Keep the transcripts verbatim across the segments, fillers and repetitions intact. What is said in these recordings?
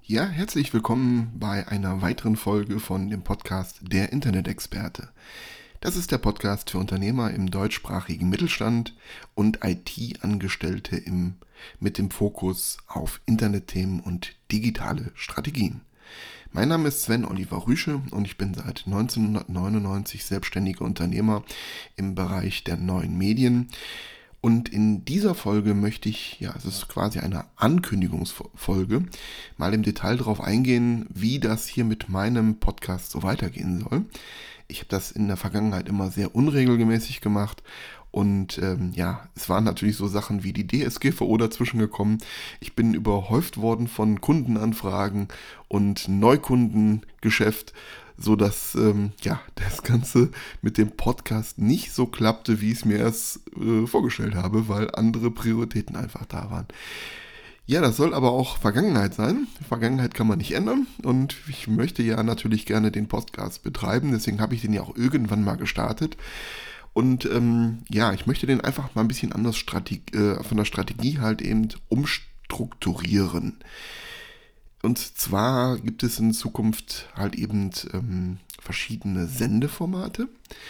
Ja, herzlich willkommen bei einer weiteren Folge von dem Podcast Der Internet-Experte. Das ist der Podcast für Unternehmer im deutschsprachigen Mittelstand und I T-Angestellte im, mit dem Fokus auf Internetthemen und digitale Strategien. Mein Name ist Sven Oliver Rüsche und ich bin seit neunzehnhundertneunundneunzig selbstständiger Unternehmer im Bereich der neuen Medien. Und in dieser Folge möchte ich, ja, es ist quasi eine Ankündigungsfolge, mal im Detail darauf eingehen, wie das hier mit meinem Podcast so weitergehen soll. Ich habe das in der Vergangenheit immer sehr unregelmäßig gemacht und ähm, ja, es waren natürlich so Sachen wie die D S G V O dazwischen gekommen. Ich bin überhäuft worden von Kundenanfragen und Neukundengeschäft, so dass ähm, ja, das Ganze mit dem Podcast nicht so klappte, wie ich es mir erst äh, vorgestellt habe, weil andere Prioritäten einfach da waren. Ja, das soll aber auch Vergangenheit sein. Vergangenheit kann man nicht ändern und ich möchte ja natürlich gerne den Podcast betreiben, deswegen habe ich den ja auch irgendwann mal gestartet. Und ähm, ja, ich möchte den einfach mal ein bisschen anders Strateg- äh, von der Strategie halt eben umstrukturieren. Und zwar gibt es in Zukunft halt eben ähm, verschiedene Sendeformate.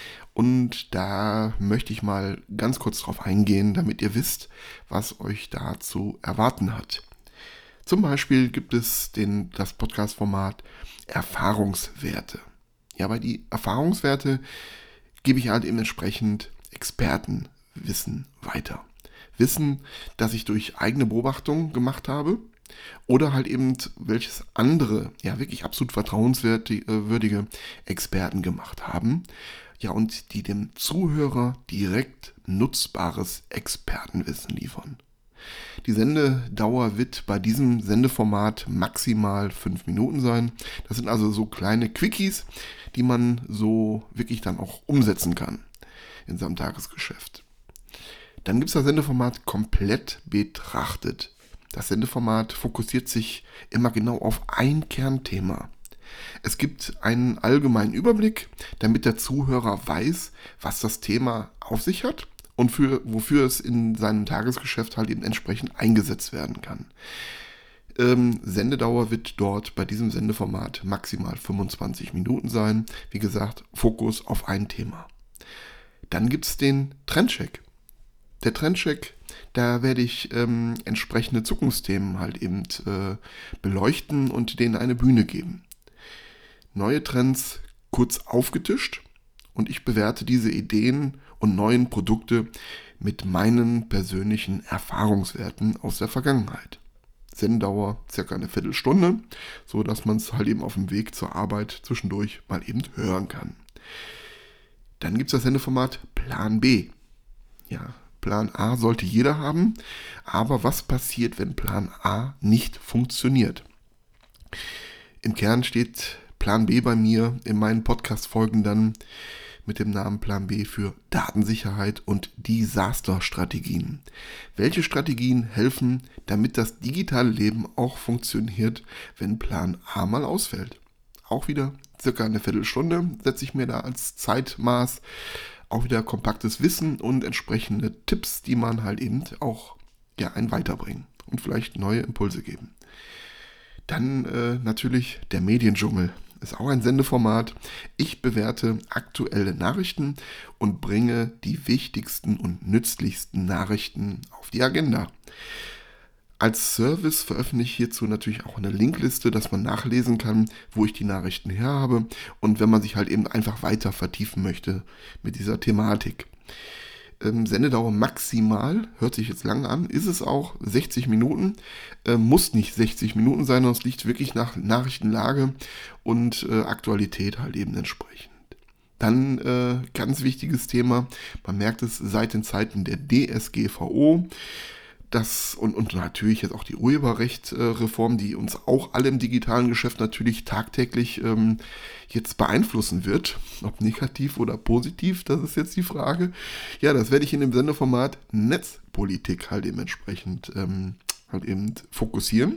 Und da möchte ich mal ganz kurz drauf eingehen, damit ihr wisst, was euch da zu erwarten hat. Zum Beispiel gibt es den, das Podcast-Format Erfahrungswerte. Ja, bei die Erfahrungswerte gebe ich halt eben entsprechend Expertenwissen weiter. Wissen, das ich durch eigene Beobachtung gemacht habe. Oder halt eben, welches andere, ja wirklich absolut vertrauenswürdige Experten gemacht haben. Ja, und die dem Zuhörer direkt nutzbares Expertenwissen liefern. Die Sendedauer wird bei diesem Sendeformat maximal fünf Minuten sein. Das sind also so kleine Quickies, die man so wirklich dann auch umsetzen kann in seinem Tagesgeschäft. Dann gibt es das Sendeformat komplett betrachtet. Das Sendeformat fokussiert sich immer genau auf ein Kernthema. Es gibt einen allgemeinen Überblick, damit der Zuhörer weiß, was das Thema auf sich hat und für, wofür es in seinem Tagesgeschäft halt eben entsprechend eingesetzt werden kann. Ähm, Sendedauer wird dort bei diesem Sendeformat maximal fünfundzwanzig Minuten sein. Wie gesagt, Fokus auf ein Thema. Dann gibt es den Trendcheck. Der Trendcheck, da werde ich ähm, entsprechende Zukunftsthemen halt eben äh, beleuchten und denen eine Bühne geben. Neue Trends kurz aufgetischt und ich bewerte diese Ideen und neuen Produkte mit meinen persönlichen Erfahrungswerten aus der Vergangenheit. Sendedauer circa eine Viertelstunde, so dass man es halt eben auf dem Weg zur Arbeit zwischendurch mal eben hören kann. Dann gibt es das Sendeformat Plan B. Ja, Plan A sollte jeder haben, aber was passiert, wenn Plan A nicht funktioniert? Im Kern steht Plan B bei mir in meinen Podcast-Folgen dann mit dem Namen Plan B für Datensicherheit und Disaster-Strategien. Welche Strategien helfen, damit das digitale Leben auch funktioniert, wenn Plan A mal ausfällt? Auch wieder circa eine Viertelstunde setze ich mir da als Zeitmaß. Auch wieder kompaktes Wissen und entsprechende Tipps, die man halt eben auch ja, einen weiterbringen und vielleicht neue Impulse geben. Dann äh, natürlich der Mediendschungel. Ist auch ein Sendeformat. Ich bewerte aktuelle Nachrichten und bringe die wichtigsten und nützlichsten Nachrichten auf die Agenda. Als Service veröffentliche ich hierzu natürlich auch eine Linkliste, dass man nachlesen kann, wo ich die Nachrichten her habe und wenn man sich halt eben einfach weiter vertiefen möchte mit dieser Thematik. Ähm, Sendedauer maximal, hört sich jetzt lang an, ist es auch sechzig Minuten, äh, muss nicht sechzig Minuten sein, sondern es liegt wirklich nach Nachrichtenlage und äh, Aktualität halt eben entsprechend. Dann äh, ganz wichtiges Thema, man merkt es seit den Zeiten der D S G V O, Das und, und natürlich jetzt auch die Urheberrechtsreform, die uns auch alle im digitalen Geschäft natürlich tagtäglich ähm, jetzt beeinflussen wird. Ob negativ oder positiv, das ist jetzt die Frage. Ja, das werde ich in dem Sendeformat Netzpolitik halt eben entsprechend ähm, halt eben fokussieren.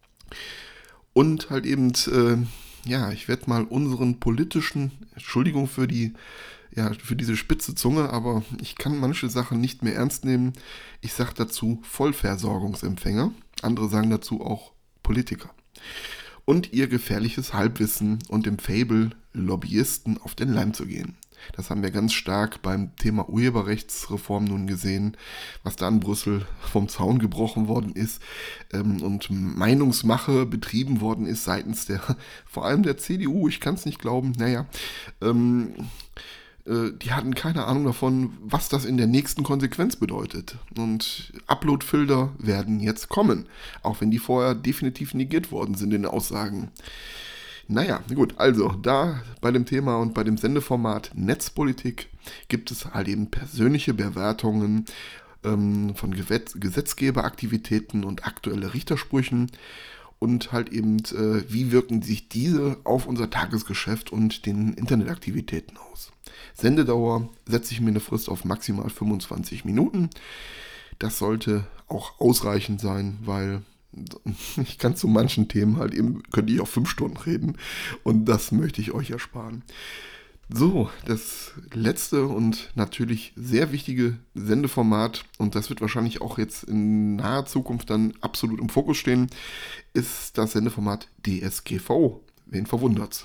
Und halt eben, äh, ja, ich werde mal unseren politischen, Entschuldigung für die Ja, für diese spitze Zunge, aber ich kann manche Sachen nicht mehr ernst nehmen. Ich sage dazu Vollversorgungsempfänger. Andere sagen dazu auch Politiker. und ihr gefährliches Halbwissen und dem Faible, Lobbyisten auf den Leim zu gehen. Das haben wir ganz stark beim Thema Urheberrechtsreform nun gesehen, was da in Brüssel vom Zaun gebrochen worden ist ähm, und Meinungsmache betrieben worden ist seitens der, vor allem der C D U, ich kann es nicht glauben, naja, ähm, äh, die hatten keine Ahnung davon, was das in der nächsten Konsequenz bedeutet. Und Upload-Filter werden jetzt kommen, auch wenn die vorher definitiv negiert worden sind in den Aussagen. Naja, gut, also da bei dem Thema und bei dem Sendeformat Netzpolitik gibt es halt eben persönliche Bewertungen ähm, von Gesetz- Gesetzgeberaktivitäten und aktuelle Richtersprüchen und halt eben, äh, wie wirken sich diese auf unser Tagesgeschäft und den Internetaktivitäten aus. Sendedauer setze ich mir eine Frist auf maximal fünfundzwanzig Minuten. Das sollte auch ausreichend sein, weil ich kann zu manchen Themen halt eben, könnte ich auch fünf Stunden reden und das möchte ich euch ersparen. So, das letzte und natürlich sehr wichtige Sendeformat, und das wird wahrscheinlich auch jetzt in naher Zukunft dann absolut im Fokus stehen, ist das Sendeformat D S G V O. Wen verwundert's?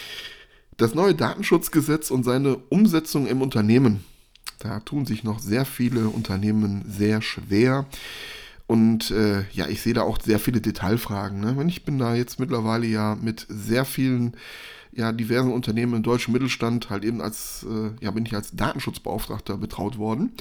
Das neue Datenschutzgesetz und seine Umsetzung im Unternehmen. Da tun sich noch sehr viele Unternehmen sehr schwer. Und äh, ja, ich sehe da auch sehr viele Detailfragen. Ne? Ich bin da jetzt mittlerweile ja mit sehr vielen, ja, diversen Unternehmen im deutschen Mittelstand halt eben als, äh, ja, bin ich als Datenschutzbeauftragter betraut worden.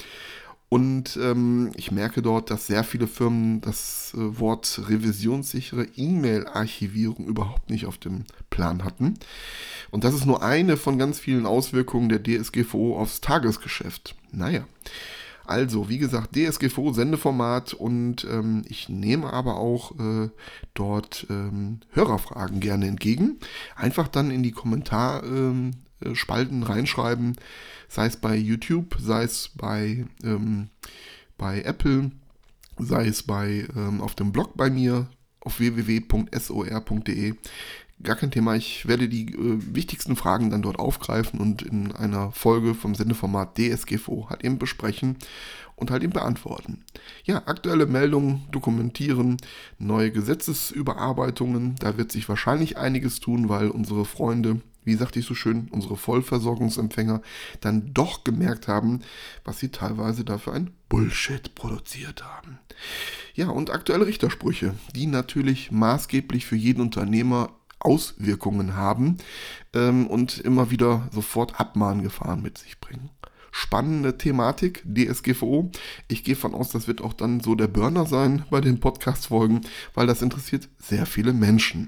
Und ähm, ich merke dort, dass sehr viele Firmen das äh, Wort revisionssichere E-Mail-Archivierung überhaupt nicht auf dem Plan hatten. Und das ist nur eine von ganz vielen Auswirkungen der D S G V O aufs Tagesgeschäft. Naja. Also, wie gesagt, D S G V O-Sendeformat und ähm, ich nehme aber auch äh, dort ähm, Hörerfragen gerne entgegen. Einfach dann in die Kommentarspalten ähm, reinschreiben, sei es bei YouTube, sei es bei, ähm, bei Apple, sei es bei ähm, auf dem Blog bei mir auf w w w punkt s o r punkt d e. Gar kein Thema, ich werde die äh, wichtigsten Fragen dann dort aufgreifen und in einer Folge vom Sendeformat D S G V O halt eben besprechen und halt eben beantworten. Ja, aktuelle Meldungen dokumentieren, neue Gesetzesüberarbeitungen, da wird sich wahrscheinlich einiges tun, weil unsere Freunde, wie sagte ich so schön, unsere Vollversorgungsempfänger dann doch gemerkt haben, was sie teilweise dafür ein Bullshit produziert haben. Ja, und aktuelle Richtersprüche, die natürlich maßgeblich für jeden Unternehmer Auswirkungen haben ähm, und immer wieder sofort Abmahngefahren mit sich bringen. Spannende Thematik, D S G V O. Ich gehe von aus, das wird auch dann so der Burner sein bei den Podcast-Folgen, weil das interessiert sehr viele Menschen.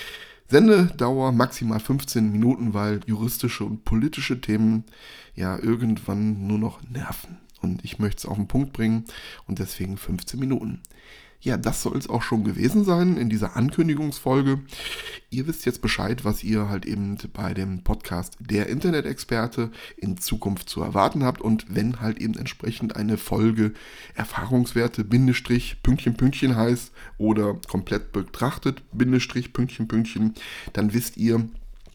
Sendedauer maximal fünfzehn Minuten, weil juristische und politische Themen ja irgendwann nur noch nerven. Und ich möchte es auf den Punkt bringen und deswegen fünfzehn Minuten. Ja, das soll es auch schon gewesen sein in dieser Ankündigungsfolge. Ihr wisst jetzt Bescheid, was ihr halt eben bei dem Podcast Der Internet-Experte in Zukunft zu erwarten habt. Und wenn halt eben entsprechend eine Folge Erfahrungswerte, Bindestrich, Pünktchen, Pünktchen heißt oder komplett betrachtet, Bindestrich, Pünktchen, Pünktchen, dann wisst ihr,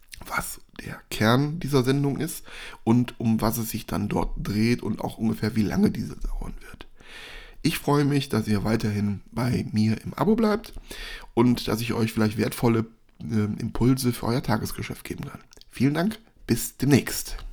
was der Kern dieser Sendung ist und um was es sich dann dort dreht und auch ungefähr wie lange diese dauern wird. Ich freue mich, dass ihr weiterhin bei mir im Abo bleibt und dass ich euch vielleicht wertvolle äh, Impulse für euer Tagesgeschäft geben kann. Vielen Dank, bis demnächst.